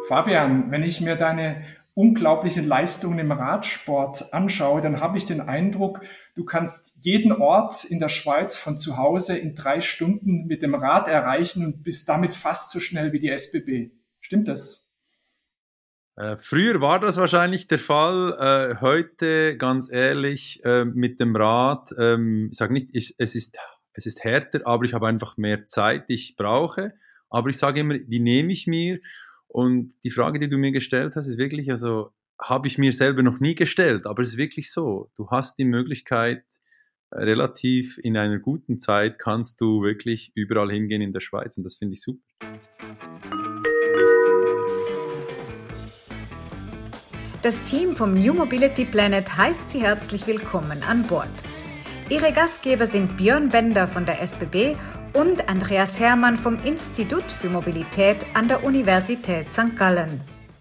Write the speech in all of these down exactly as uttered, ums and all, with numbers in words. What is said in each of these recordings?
Fabian, wenn ich mir deine unglaublichen Leistungen im Radsport anschaue, dann habe ich den Eindruck, du kannst jeden Ort in der Schweiz von zu Hause in drei Stunden mit dem Rad erreichen und bist damit fast so schnell wie die S B B. Stimmt das? Äh, früher war das wahrscheinlich der Fall. Äh, heute, ganz ehrlich, äh, mit dem Rad, ähm, ich sage nicht, ich, es ist, es ist härter, aber ich habe einfach mehr Zeit, die ich brauche. Aber ich sage immer, die nehme ich mir. Und die Frage, die du mir gestellt hast, ist wirklich, also habe ich mir selber noch nie gestellt, aber es ist wirklich so. Du hast die Möglichkeit, äh, relativ in einer guten Zeit kannst du wirklich überall hingehen in der Schweiz und das finde ich super. Das Team vom New Mobility Planet heißt Sie herzlich willkommen an Bord. Ihre Gastgeber sind Björn Bender von der S B B und Andreas Hermann vom Institut für Mobilität an der Universität Sankt Gallen.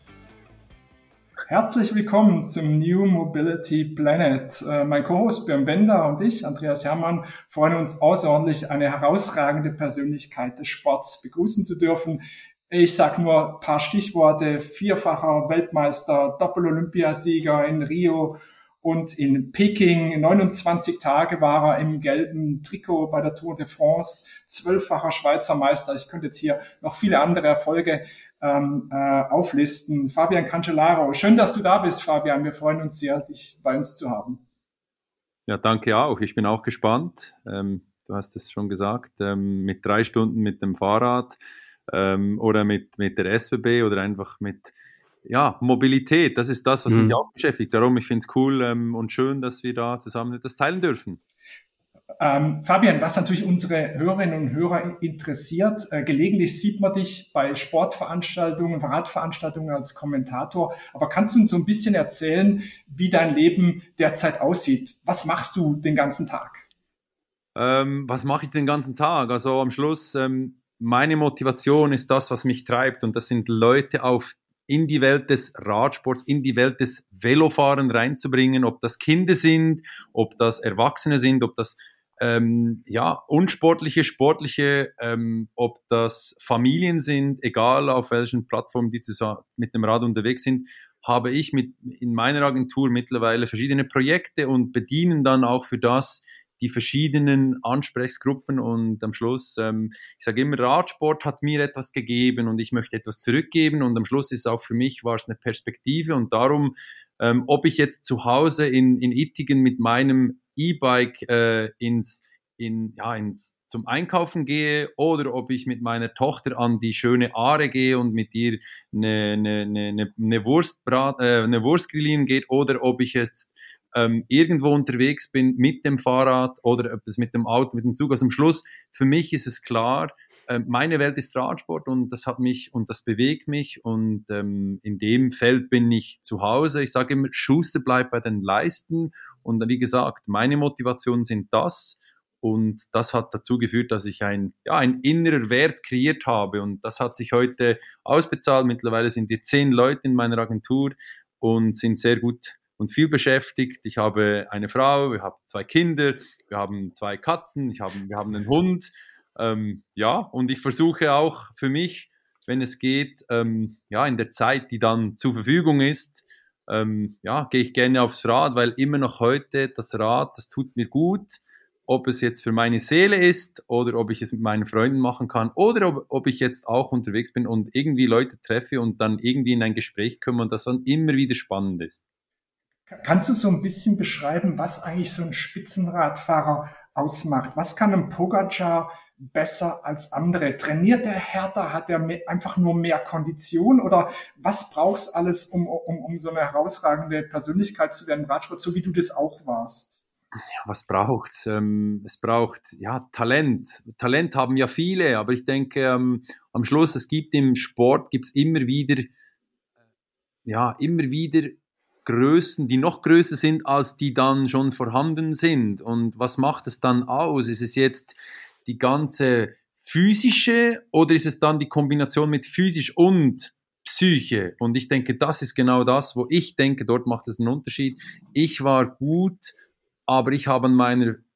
Herzlich willkommen zum New Mobility Planet. Mein Co-Host Björn Bender und ich, Andreas Hermann, freuen uns außerordentlich, eine herausragende Persönlichkeit des Sports begrüßen zu dürfen. Ich sage nur ein paar Stichworte: vierfacher Weltmeister, Doppel-Olympiasieger in Rio und in Peking. neunundzwanzig Tage war er im gelben Trikot bei der Tour de France, zwölffacher Schweizer Meister. Ich könnte jetzt hier noch viele andere Erfolge ähm, äh, auflisten. Fabian Cancellara, schön, dass du da bist, Fabian. Wir freuen uns sehr, dich bei uns zu haben. Ja, danke auch. Ich bin auch gespannt. Ähm, du hast es schon gesagt, ähm, mit drei Stunden mit dem Fahrrad ähm, oder mit, mit der S B B oder einfach mit ja, Mobilität. Das ist das, was mhm. mich auch beschäftigt. Darum, ich finde es cool ähm, und schön, dass wir da zusammen etwas teilen dürfen. Ähm, Fabian, was natürlich unsere Hörerinnen und Hörer interessiert, äh, gelegentlich sieht man dich bei Sportveranstaltungen, Radveranstaltungen als Kommentator, aber kannst du uns so ein bisschen erzählen, wie dein Leben derzeit aussieht? Was machst du den ganzen Tag? Ähm, was mache ich den ganzen Tag? Also am Schluss, ähm, meine Motivation ist das, was mich treibt, und das sind Leute auf in die Welt des Radsports, in die Welt des Velofahren reinzubringen, ob das Kinder sind, ob das Erwachsene sind, ob das ähm, ja, unsportliche, sportliche, ähm, ob das Familien sind, egal auf welchen Plattformen die zusammen mit dem Rad unterwegs sind, habe ich mit in meiner Agentur mittlerweile verschiedene Projekte und bedienen dann auch für das die verschiedenen Ansprechgruppen, und am Schluss, ähm, ich sage immer, Radsport hat mir etwas gegeben und ich möchte etwas zurückgeben, und am Schluss ist auch für mich, war es eine Perspektive, und darum, ähm, ob ich jetzt zu Hause in, in Ittigen mit meinem E-Bike äh, ins, in, ja, ins, zum Einkaufen gehe oder ob ich mit meiner Tochter an die schöne Aare gehe und mit ihr eine, eine, eine, eine, Wurstbrat, äh, eine Wurst grillieren geht, oder ob ich jetzt ähm, irgendwo unterwegs bin mit dem Fahrrad oder ob es mit dem Auto, mit dem Zug. Also am Schluss, für mich ist es klar, äh, meine Welt ist Radsport und das hat mich und das bewegt mich, und ähm, in dem Feld bin ich zu Hause. Ich sage immer, Schuster bleibt bei den Leisten, und wie gesagt, meine Motivationen sind das. Und das hat dazu geführt, dass ich ein, ja, ein innerer Wert kreiert habe. Und das hat sich heute ausbezahlt. Mittlerweile sind wir zehn Leute in meiner Agentur und sind sehr gut und viel beschäftigt. Ich habe eine Frau, wir haben zwei Kinder, wir haben zwei Katzen, ich habe, wir haben einen Hund. Ähm, ja, und ich versuche auch für mich, wenn es geht, ähm, ja, in der Zeit, die dann zur Verfügung ist, ähm, ja, gehe ich gerne aufs Rad, weil immer noch heute das Rad, das tut mir gut. Ob es jetzt für meine Seele ist oder ob ich es mit meinen Freunden machen kann oder ob, ob ich jetzt auch unterwegs bin und irgendwie Leute treffe und dann irgendwie in ein Gespräch komme und das dann immer wieder spannend ist. Kannst du so ein bisschen beschreiben, was eigentlich so ein Spitzenradfahrer ausmacht? Was kann ein Pogačar besser als andere? Trainiert der härter? Hat er mehr, einfach nur mehr Kondition? Oder was brauchst alles, um, um, um so eine herausragende Persönlichkeit zu werden im Radsport, so wie du das auch warst? Ja, was braucht's? Ähm, es braucht ja Talent. Talent haben ja viele, aber ich denke, ähm, am Schluss, es gibt im Sport, gibt's immer wieder, ja, immer wieder Größen, die noch größer sind, als die dann schon vorhanden sind. Und was macht es dann aus? Ist es jetzt die ganze physische oder ist es dann die Kombination mit physisch und Psyche? Und ich denke, das ist genau das, wo ich denke, dort macht es einen Unterschied. Ich war gut, aber ich habe an meiner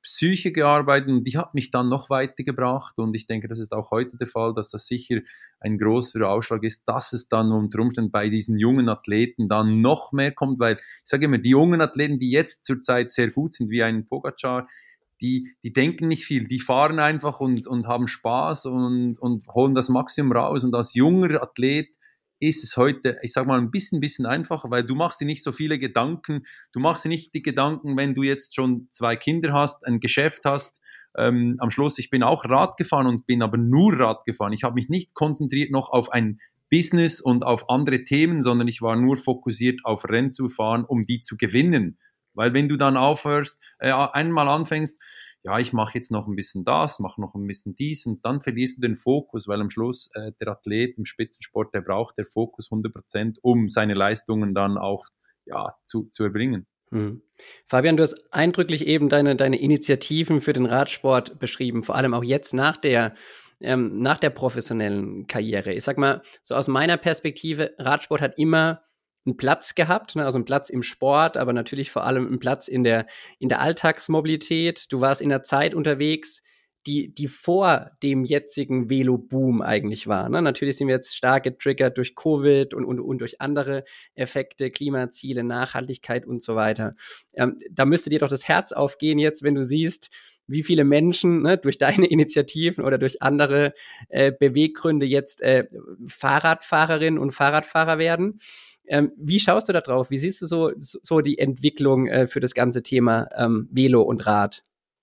Psyche gearbeitet und die hat mich dann noch weitergebracht und ich denke, das ist auch heute der Fall, dass das sicher ein großer Ausschlag ist, dass es dann unter Umständen bei diesen jungen Athleten dann noch mehr kommt, weil ich sage immer, die jungen Athleten, die jetzt zurzeit sehr gut sind, wie ein Pogacar, die, die denken nicht viel, die fahren einfach und, und haben Spaß und, und holen das Maximum raus und als junger Athlet ist es heute, ich sag mal, ein bisschen, bisschen einfacher, weil du machst dir nicht so viele Gedanken, du machst dir nicht die Gedanken, wenn du jetzt schon zwei Kinder hast, ein Geschäft hast, ähm, am Schluss, ich bin auch Rad gefahren und bin aber nur Rad gefahren, ich habe mich nicht konzentriert noch auf ein Business und auf andere Themen, sondern ich war nur fokussiert auf Rennen zu fahren, um die zu gewinnen, weil wenn du dann aufhörst, äh, einmal anfängst, ja, ich mache jetzt noch ein bisschen das, mache noch ein bisschen dies und dann verlierst du den Fokus, weil am Schluss äh, der Athlet im Spitzensport, der braucht der Fokus hundert Prozent, um seine Leistungen dann auch ja, zu, zu erbringen. Hm. Fabian, du hast eindrücklich eben deine, deine Initiativen für den Radsport beschrieben, vor allem auch jetzt nach der, ähm, nach der professionellen Karriere. Ich sag mal, so aus meiner Perspektive, Radsport hat immer einen Platz gehabt, ne? Also einen Platz im Sport, aber natürlich vor allem einen Platz in der, in der Alltagsmobilität. Du warst in der Zeit unterwegs, die, die vor dem jetzigen Velo-Boom eigentlich war. Ne? Natürlich sind wir jetzt stark getriggert durch Covid und, und, und durch andere Effekte, Klimaziele, Nachhaltigkeit und so weiter. Ähm, da müsste dir doch das Herz aufgehen jetzt, wenn du siehst, wie viele Menschen ne, durch deine Initiativen oder durch andere äh, Beweggründe jetzt äh, Fahrradfahrerinnen und Fahrradfahrer werden. Ähm, wie schaust du da drauf? Wie siehst du so, so die Entwicklung äh, für das ganze Thema ähm, Velo und Rad?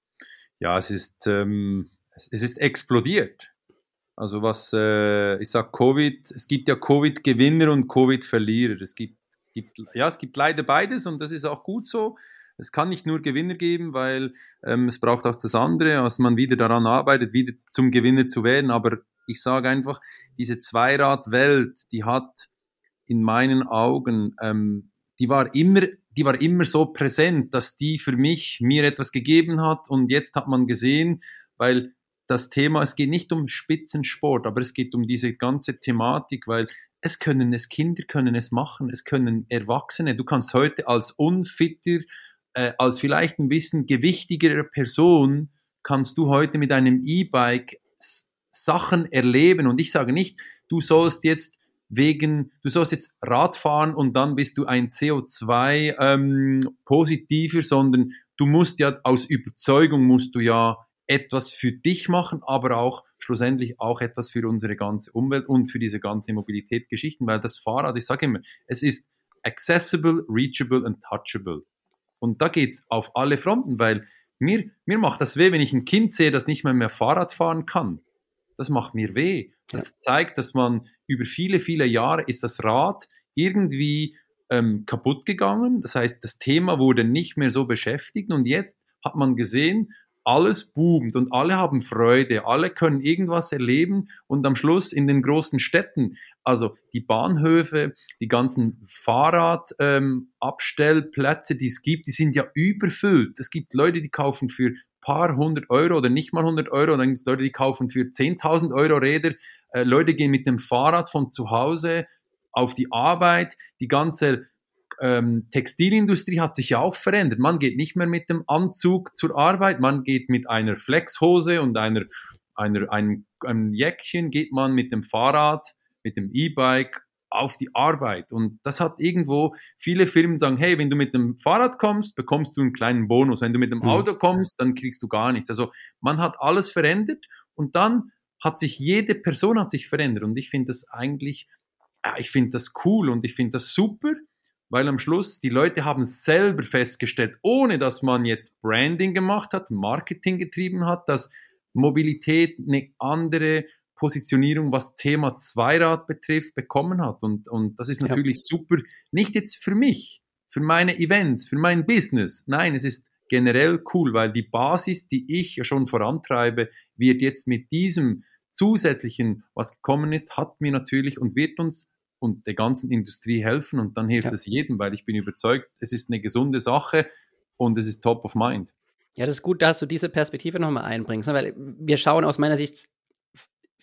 Ja, es ist, ähm, es, es ist explodiert. Also was, äh, ich sag Covid, es gibt ja Covid-Gewinner und Covid-Verlierer. Es gibt, gibt, ja, es gibt leider beides und das ist auch gut so. Es kann nicht nur Gewinner geben, weil ähm, es braucht auch das andere, dass man wieder daran arbeitet, wieder zum Gewinner zu werden. Aber ich sage einfach, diese Zweirad-Welt, die hat in meinen Augen, ähm, die war immer, die war immer so präsent, dass die für mich mir etwas gegeben hat und jetzt hat man gesehen, weil das Thema, es geht nicht um Spitzensport, aber es geht um diese ganze Thematik, weil es können es Kinder können es machen, es können Erwachsene. Du kannst heute als unfitter, äh, als vielleicht ein bisschen gewichtigere Person, kannst du heute mit einem E-Bike s- Sachen erleben und ich sage nicht, du sollst jetzt wegen, du sollst jetzt Rad fahren und dann bist du ein C O zwei ähm, positiver, sondern du musst ja aus Überzeugung musst du ja etwas für dich machen, aber auch schlussendlich auch etwas für unsere ganze Umwelt und für diese ganze Mobilität-Geschichten, weil das Fahrrad, ich sage immer, es ist accessible, reachable and touchable. Und da geht's auf alle Fronten, weil mir, mir macht das weh, wenn ich ein Kind sehe, das nicht mehr mehr Fahrrad fahren kann. Das macht mir weh. Das ja. zeigt, dass man über viele, viele Jahre ist das Rad irgendwie ähm, kaputt gegangen. Das heißt, das Thema wurde nicht mehr so beschäftigt und jetzt hat man gesehen, alles boomt und alle haben Freude, alle können irgendwas erleben und am Schluss in den großen Städten, also die Bahnhöfe, die ganzen Fahrradabstellplätze, ähm, die es gibt, die sind ja überfüllt. Es gibt Leute, die kaufen für paar hundert Euro oder nicht mal hundert Euro und dann gibt es Leute, die kaufen für zehntausend Euro Räder. Äh, Leute gehen mit dem Fahrrad von zu Hause auf die Arbeit, die ganze Ähm, Textilindustrie hat sich ja auch verändert. Man geht nicht mehr mit dem Anzug zur Arbeit, man geht mit einer Flexhose und einer, einer, einem, einem Jäckchen, geht man mit dem Fahrrad, mit dem E-Bike auf die Arbeit. Und das hat irgendwo, viele Firmen sagen, hey, wenn du mit dem Fahrrad kommst, bekommst du einen kleinen Bonus. Wenn du mit dem mhm. Auto kommst, dann kriegst du gar nichts. Also man hat alles verändert und dann hat sich, jede Person hat sich verändert. Und ich finde das eigentlich, ja, ich finde das cool und ich finde das super, weil am Schluss die Leute haben selber festgestellt, ohne dass man jetzt Branding gemacht hat, Marketing getrieben hat, dass Mobilität eine andere Positionierung, was Thema Zweirad betrifft, bekommen hat. Und, und das ist natürlich ja. super, nicht jetzt für mich, für meine Events, für mein Business. Nein, es ist generell cool, weil die Basis, die ich ja schon vorantreibe, wird jetzt mit diesem zusätzlichen, was gekommen ist, hat mir natürlich und wird uns und der ganzen Industrie helfen und dann hilft ja. es jedem, weil ich bin überzeugt, es ist eine gesunde Sache und es ist top of mind. Ja, das ist gut, dass du diese Perspektive nochmal einbringst, ne? Weil wir schauen aus meiner Sicht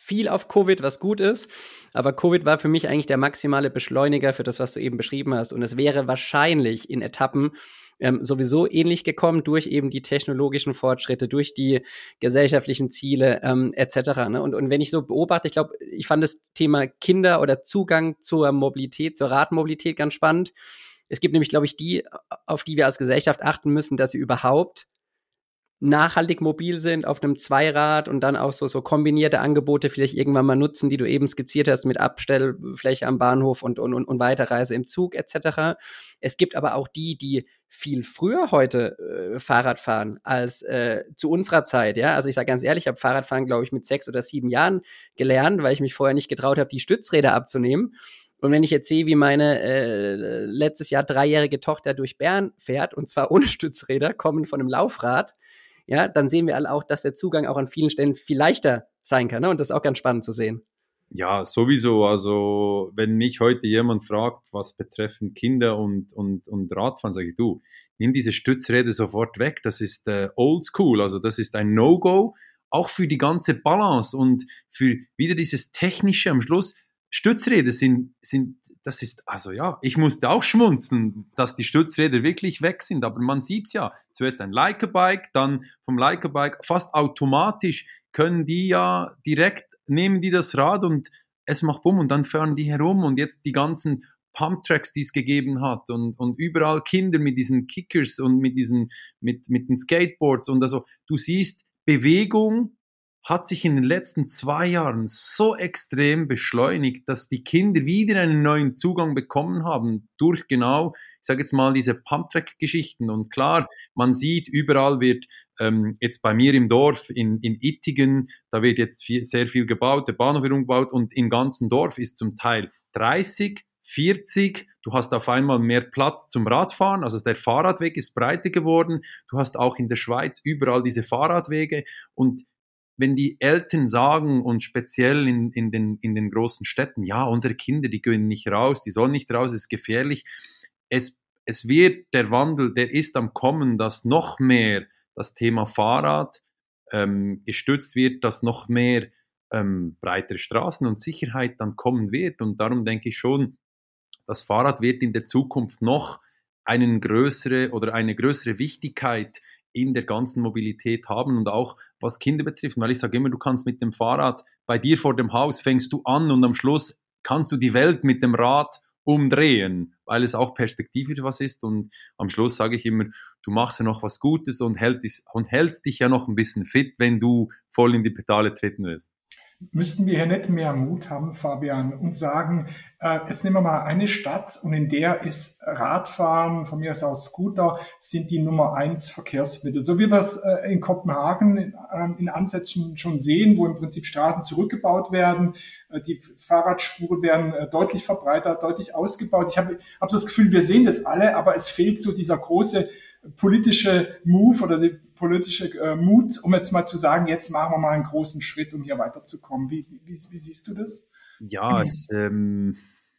viel auf Covid, was gut ist. Aber Covid war für mich eigentlich der maximale Beschleuniger für das, was du eben beschrieben hast. Und es wäre wahrscheinlich in Etappen ähm, sowieso ähnlich gekommen durch eben die technologischen Fortschritte, durch die gesellschaftlichen Ziele ähm, et cetera. Ne? Und, und wenn ich so beobachte, ich glaube, ich fand das Thema Kinder oder Zugang zur Mobilität, zur Radmobilität ganz spannend. Es gibt nämlich, glaube ich, die, auf die wir als Gesellschaft achten müssen, dass sie überhaupt nachhaltig mobil sind auf einem Zweirad und dann auch so, so kombinierte Angebote vielleicht irgendwann mal nutzen, die du eben skizziert hast mit Abstellfläche am Bahnhof und, und, und Weiterreise im Zug et cetera. Es gibt aber auch die, die viel früher heute äh, Fahrrad fahren als äh, zu unserer Zeit. Ja, also ich sage ganz ehrlich, ich habe Fahrradfahren, glaube ich, mit sechs oder sieben Jahren gelernt, weil ich mich vorher nicht getraut habe, die Stützräder abzunehmen. Und wenn ich jetzt sehe, wie meine äh, letztes Jahr dreijährige Tochter durch Bern fährt, und zwar ohne Stützräder, kommen von einem Laufrad, ja, dann sehen wir alle auch, dass der Zugang auch an vielen Stellen viel leichter sein kann. Ne? Und das ist auch ganz spannend zu sehen. Ja, sowieso. Also wenn mich heute jemand fragt, was betreffend Kinder und, und, und Radfahren, sage ich, du, nimm diese Stützräder sofort weg. Das ist äh, oldschool. Also das ist ein No-Go, auch für die ganze Balance und für wieder dieses Technische am Schluss. Stützräder sind, sind, das ist, also ja, ich musste auch schmunzeln, dass die Stützräder wirklich weg sind, aber man sieht's ja, zuerst ein Leica-Bike, dann vom Leica-Bike fast automatisch können die ja direkt, nehmen die das Rad und es macht bumm und dann fahren die herum und jetzt die ganzen Pumptracks, die es gegeben hat und, und überall Kinder mit diesen Kickers und mit diesen, mit, mit den Skateboards und also, du siehst, Bewegung hat sich in den letzten zwei Jahren so extrem beschleunigt, dass die Kinder wieder einen neuen Zugang bekommen haben durch genau, ich sage jetzt mal, diese Pumptrack-Geschichten. Und klar, man sieht, überall wird, ähm, jetzt bei mir im Dorf in, in Ittigen, da wird jetzt viel, sehr viel gebaut, der Bahnhof wird umgebaut und im ganzen Dorf ist zum Teil dreißig, vierzig, du hast auf einmal mehr Platz zum Radfahren, also der Fahrradweg ist breiter geworden, du hast auch in der Schweiz überall diese Fahrradwege und wenn die Eltern sagen und speziell in, in, den, in den großen Städten, ja, unsere Kinder, die gehen nicht raus, die sollen nicht raus, es ist gefährlich. Es, es wird, der Wandel, der ist am Kommen, dass noch mehr das Thema Fahrrad ähm, gestützt wird, dass noch mehr ähm, breitere Straßen und Sicherheit dann kommen wird. Und darum denke ich schon, das Fahrrad wird in der Zukunft noch eine größere oder eine größere Wichtigkeit in der ganzen Mobilität haben und auch was Kinder betrifft, weil ich sage immer, du kannst mit dem Fahrrad bei dir vor dem Haus fängst du an und am Schluss kannst du die Welt mit dem Rad umdrehen, weil es auch perspektivisch was ist und am Schluss sage ich immer, du machst ja noch was Gutes und, hält dich, und hältst dich ja noch ein bisschen fit, wenn du voll in die Pedale treten willst. Müssten wir hier nicht mehr Mut haben, Fabian, und sagen, äh, jetzt nehmen wir mal eine Stadt und in der ist Radfahren, von mir aus auch Scooter, sind die Nummer eins Verkehrsmittel. So wie wir es äh, in Kopenhagen in, äh, in Ansätzen schon sehen, wo im Prinzip Straßen zurückgebaut werden, äh, die Fahrradspuren werden äh, deutlich verbreitert, deutlich ausgebaut. Ich habe hab so das Gefühl, wir sehen das alle, aber es fehlt so dieser große politische Move oder die politische äh, Mut, um jetzt mal zu sagen, jetzt machen wir mal einen großen Schritt, um hier weiterzukommen. Wie, wie, wie siehst du das? Ja, es, ähm,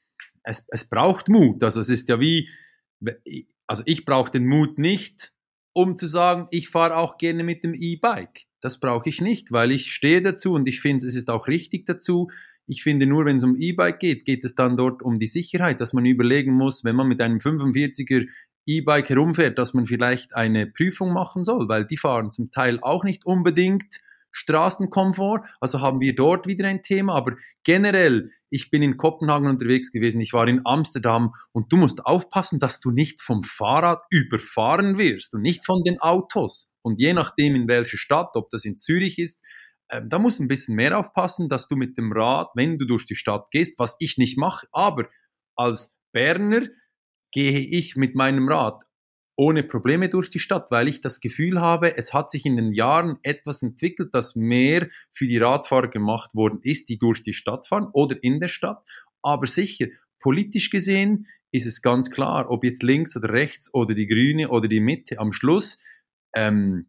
es, es braucht Mut. Also es ist ja wie, also ich brauche den Mut nicht, um zu sagen, ich fahre auch gerne mit dem E-Bike. Das brauche ich nicht, weil ich stehe dazu und ich finde, es ist auch richtig dazu. Ich finde nur, wenn es um E-Bike geht, geht es dann dort um die Sicherheit, dass man überlegen muss, wenn man mit einem fünfundvierziger E-Bike herumfährt, dass man vielleicht eine Prüfung machen soll, weil die fahren zum Teil auch nicht unbedingt Straßenkomfort, also haben wir dort wieder ein Thema, aber generell, ich bin in Kopenhagen unterwegs gewesen, ich war in Amsterdam und du musst aufpassen, dass du nicht vom Fahrrad überfahren wirst und nicht von den Autos und je nachdem in welcher Stadt, ob das in Zürich ist, äh, da musst du ein bisschen mehr aufpassen, dass du mit dem Rad, wenn du durch die Stadt gehst, was ich nicht mache, aber als Berner gehe ich mit meinem Rad ohne Probleme durch die Stadt, weil ich das Gefühl habe, es hat sich in den Jahren etwas entwickelt, das mehr für die Radfahrer gemacht worden ist, die durch die Stadt fahren oder in der Stadt. Aber sicher, politisch gesehen ist es ganz klar, ob jetzt links oder rechts oder die Grüne oder die Mitte, am Schluss, ähm,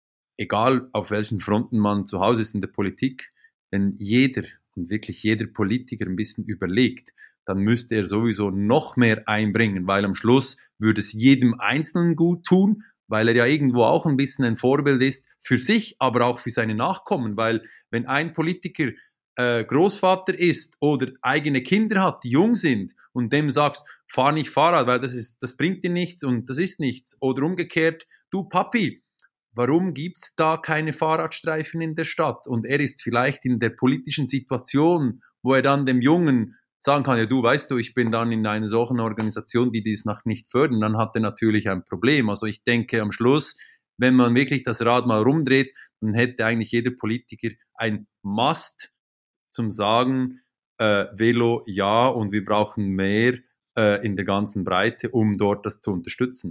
egal auf welchen Fronten man zu Hause ist in der Politik, wenn jeder und wirklich jeder Politiker ein bisschen überlegt, dann müsste er sowieso noch mehr einbringen, weil am Schluss würde es jedem Einzelnen gut tun, weil er ja irgendwo auch ein bisschen ein Vorbild ist für sich, aber auch für seine Nachkommen, weil wenn ein Politiker äh, Großvater ist oder eigene Kinder hat, die jung sind und dem sagst, fahr nicht Fahrrad, weil das ist, das bringt dir nichts und das ist nichts. Oder umgekehrt, du Papi, warum gibt's da keine Fahrradstreifen in der Stadt? Und er ist vielleicht in der politischen Situation, wo er dann dem Jungen sagen kann, ja du, weißt du, ich bin dann in einer solchen Organisation, die dies nach nicht fördern, dann hat er natürlich ein Problem. Also ich denke am Schluss, wenn man wirklich das Rad mal rumdreht, dann hätte eigentlich jeder Politiker ein Must zum Sagen, äh, Velo ja und wir brauchen mehr äh, in der ganzen Breite, um dort das zu unterstützen.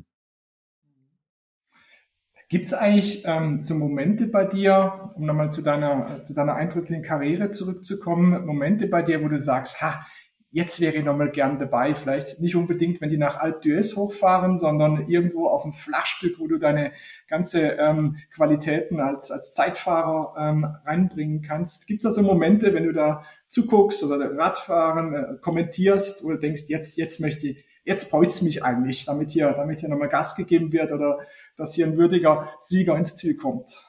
Gibt es eigentlich ähm, so Momente bei dir, um nochmal zu deiner, zu deiner eindrücklichen Karriere zurückzukommen, Momente bei dir, wo du sagst, ha, jetzt wäre ich nochmal gern dabei, vielleicht nicht unbedingt, wenn die nach Alpe d'Huez hochfahren, sondern irgendwo auf ein Flachstück, wo du deine ganze ähm, Qualitäten als, als Zeitfahrer ähm, reinbringen kannst. Gibt es da so Momente, wenn du da zuguckst oder Radfahren äh, kommentierst oder denkst, jetzt, jetzt möchte ich, jetzt freut's mich eigentlich, damit hier, damit hier nochmal Gas gegeben wird oder dass hier ein würdiger Sieger ins Ziel kommt?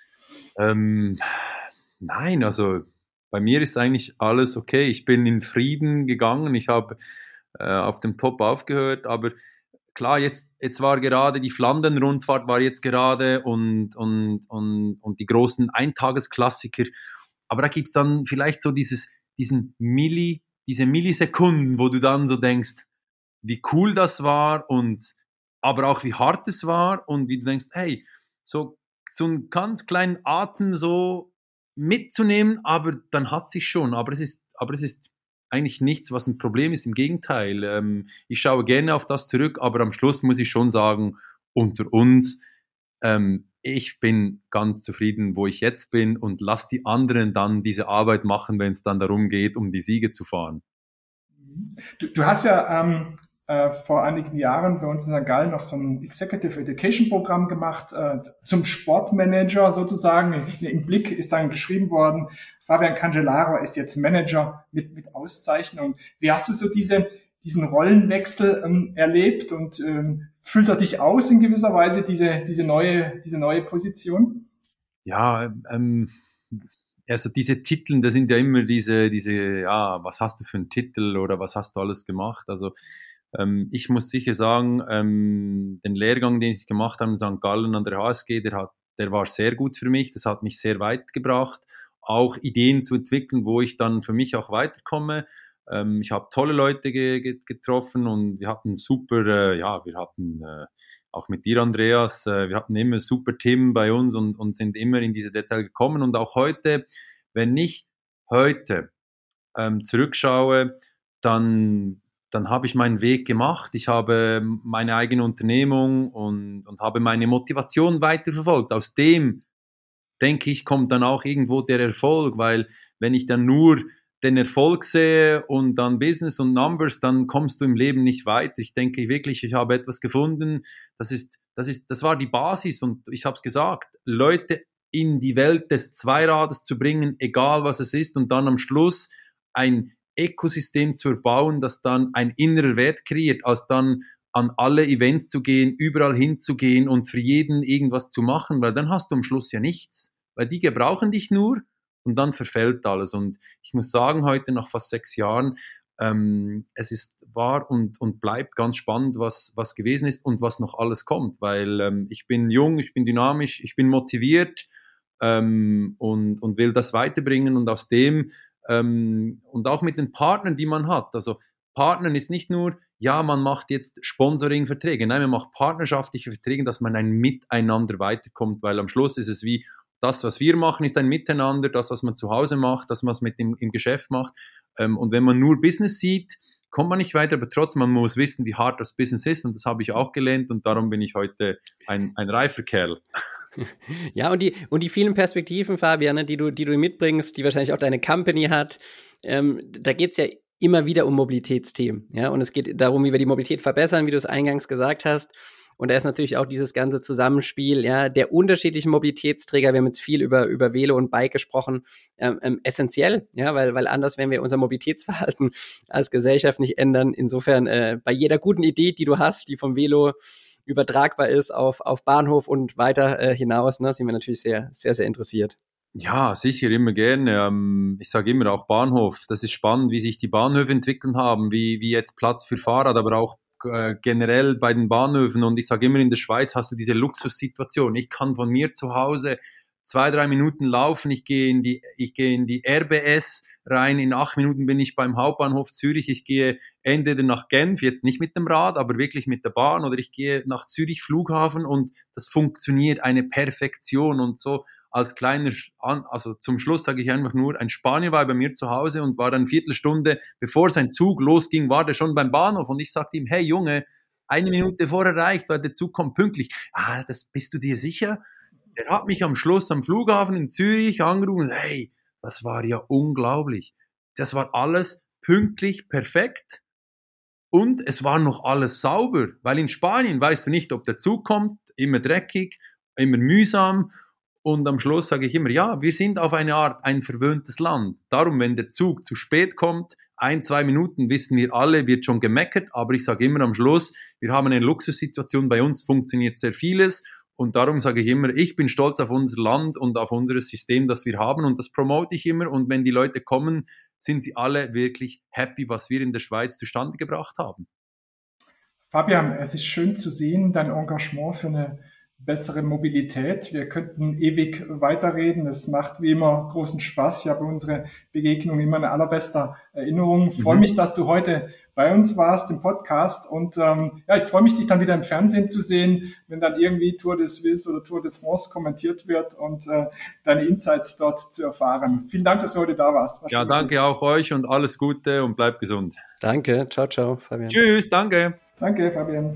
Ähm, nein, also bei mir ist eigentlich alles okay. Ich bin in Frieden gegangen. Ich habe äh, auf dem Top aufgehört. Aber klar, jetzt, jetzt war gerade die Flandern-Rundfahrt war jetzt gerade und, und, und, und die großen Eintagesklassiker. Aber da gibt's dann vielleicht so dieses, diesen Milli, diese Millisekunden, wo du dann so denkst, wie cool das war und aber auch wie hart es war und wie du denkst, hey, so, so einen ganz kleinen Atem so mitzunehmen, aber dann hat sich schon, aber es ist, aber es ist eigentlich nichts, was ein Problem ist, im Gegenteil. Ähm, ich schaue gerne auf das zurück, aber am Schluss muss ich schon sagen, unter uns, ähm, ich bin ganz zufrieden, wo ich jetzt bin und lass die anderen dann diese Arbeit machen, wenn es dann darum geht, um die Siege zu fahren. Du, du hast ja ähm Äh, vor einigen Jahren bei uns in Sankt Gallen noch so ein Executive Education Programm gemacht, äh, zum Sportmanager sozusagen. Im Blick ist dann geschrieben worden, Fabian Cancellara ist jetzt Manager mit, mit Auszeichnung. Wie hast du so diese, diesen Rollenwechsel ähm, erlebt und ähm, füllt er dich aus in gewisser Weise, diese, diese neue, diese neue Position? Ja, ähm, also diese Titel, das sind ja immer diese, diese, ja, was hast du für einen Titel oder was hast du alles gemacht? Also Ähm, ich muss sicher sagen, ähm, den Lehrgang, den ich gemacht habe in Sankt Gallen an der H S G, der, hat, der war sehr gut für mich, das hat mich sehr weit gebracht, auch Ideen zu entwickeln, wo ich dann für mich auch weiterkomme. Ähm, ich habe tolle Leute ge- ge- getroffen und wir hatten super, äh, ja, wir hatten äh, auch mit dir, Andreas, äh, wir hatten immer super Themen bei uns und, und sind immer in diese Details gekommen und auch heute, wenn ich heute ähm, zurückschaue, dann dann habe ich meinen Weg gemacht, ich habe meine eigene Unternehmung und, und habe meine Motivation weiterverfolgt. Aus dem, denke ich, kommt dann auch irgendwo der Erfolg, weil wenn ich dann nur den Erfolg sehe und dann Business und Numbers, dann kommst du im Leben nicht weiter. Ich denke wirklich, ich habe etwas gefunden, das ist, das ist, das war die Basis und ich habe es gesagt, Leute in die Welt des Zweirades zu bringen, egal was es ist und dann am Schluss ein Ökosystem zu erbauen, das dann ein innerer Wert kreiert, als dann an alle Events zu gehen, überall hinzugehen und für jeden irgendwas zu machen, weil dann hast du am Schluss ja nichts, weil die gebrauchen dich nur und dann verfällt alles. Und ich muss sagen, heute nach fast sechs Jahren, ähm, es ist wahr und, und bleibt ganz spannend, was, was gewesen ist und was noch alles kommt, weil ähm, ich bin jung, ich bin dynamisch, ich bin motiviert ähm, und, und will das weiterbringen und aus dem Ähm, und auch mit den Partnern, die man hat. Also Partnern ist nicht nur, ja, man macht jetzt Sponsoring-Verträge. Nein, man macht partnerschaftliche Verträge, dass man ein Miteinander weiterkommt, weil am Schluss ist es wie, das, was wir machen, ist ein Miteinander, das, was man zu Hause macht, das, was man mit dem, im Geschäft macht. Ähm, und wenn man nur Business sieht, kommt man nicht weiter, aber trotzdem, man muss wissen, wie hart das Business ist und das habe ich auch gelernt und darum bin ich heute ein, ein reifer Kerl. Ja, und die, und die vielen Perspektiven, Fabian, ne, die du, die du mitbringst, die wahrscheinlich auch deine Company hat, ähm, da geht's ja immer wieder um Mobilitätsthemen. Ja, und es geht darum, wie wir die Mobilität verbessern, wie du es eingangs gesagt hast. Und da ist natürlich auch dieses ganze Zusammenspiel, ja, der unterschiedlichen Mobilitätsträger, wir haben jetzt viel über, über Velo und Bike gesprochen, ähm, ähm, essentiell, ja, weil, weil anders werden wir unser Mobilitätsverhalten als Gesellschaft nicht ändern. Insofern, äh, bei jeder guten Idee, die du hast, die vom Velo übertragbar ist auf, auf Bahnhof und weiter äh, hinaus, ne, sind wir natürlich sehr, sehr, sehr interessiert. Ja, sicher, immer gerne. Ähm, ich sage immer auch Bahnhof. Das ist spannend, wie sich die Bahnhöfe entwickelt haben, wie, wie jetzt Platz für Fahrrad, aber auch äh, generell bei den Bahnhöfen. Und ich sage immer, in der Schweiz hast du diese Luxussituation. Ich kann von mir zu Hause zwei, drei Minuten laufen. Ich gehe in die, ich gehe in die R B S rein. In acht Minuten bin ich beim Hauptbahnhof Zürich. Ich gehe entweder nach Genf, jetzt nicht mit dem Rad, aber wirklich mit der Bahn, oder ich gehe nach Zürich Flughafen, und das funktioniert eine Perfektion. Und so als kleiner, also zum Schluss sage ich einfach nur, ein Spanier war bei mir zu Hause und war dann eine Viertelstunde, bevor sein Zug losging, war der schon beim Bahnhof, und ich sagte ihm, hey Junge, eine Minute vor erreicht, weil der Zug kommt pünktlich. Ah, das bist du dir sicher? Der hat mich am Schluss am Flughafen in Zürich angerufen, hey, das war ja unglaublich. Das war alles pünktlich, perfekt, und es war noch alles sauber, weil in Spanien weißt du nicht, ob der Zug kommt, immer dreckig, immer mühsam. Und am Schluss sage ich immer, ja, wir sind auf eine Art ein verwöhntes Land. Darum, wenn der Zug zu spät kommt, ein, zwei Minuten, wissen wir alle, wird schon gemeckert. Aber ich sage immer am Schluss, wir haben eine Luxussituation, bei uns funktioniert sehr vieles. Und darum sage ich immer, ich bin stolz auf unser Land und auf unser System, das wir haben. Und das promote ich immer. Und wenn die Leute kommen, sind sie alle wirklich happy, was wir in der Schweiz zustande gebracht haben. Fabian, es ist schön zu sehen, dein Engagement für eine bessere Mobilität. Wir könnten ewig weiterreden. Es macht wie immer großen Spaß. Ich habe unsere Begegnung immer in allerbester Erinnerung. Ich freue mhm. mich, dass du heute bei uns warst im Podcast, und ähm, ja, ich freue mich, dich dann wieder im Fernsehen zu sehen, wenn dann irgendwie Tour de Suisse oder Tour de France kommentiert wird, und äh, deine Insights dort zu erfahren. Vielen Dank, dass du heute da warst. War ja, danke gut. Auch euch, und alles Gute und bleibt gesund. Danke. Ciao, ciao, Fabian. Tschüss, danke. Danke, Fabian.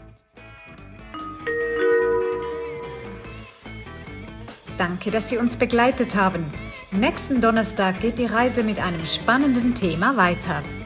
Danke, dass Sie uns begleitet haben. Nächsten Donnerstag geht die Reise mit einem spannenden Thema weiter.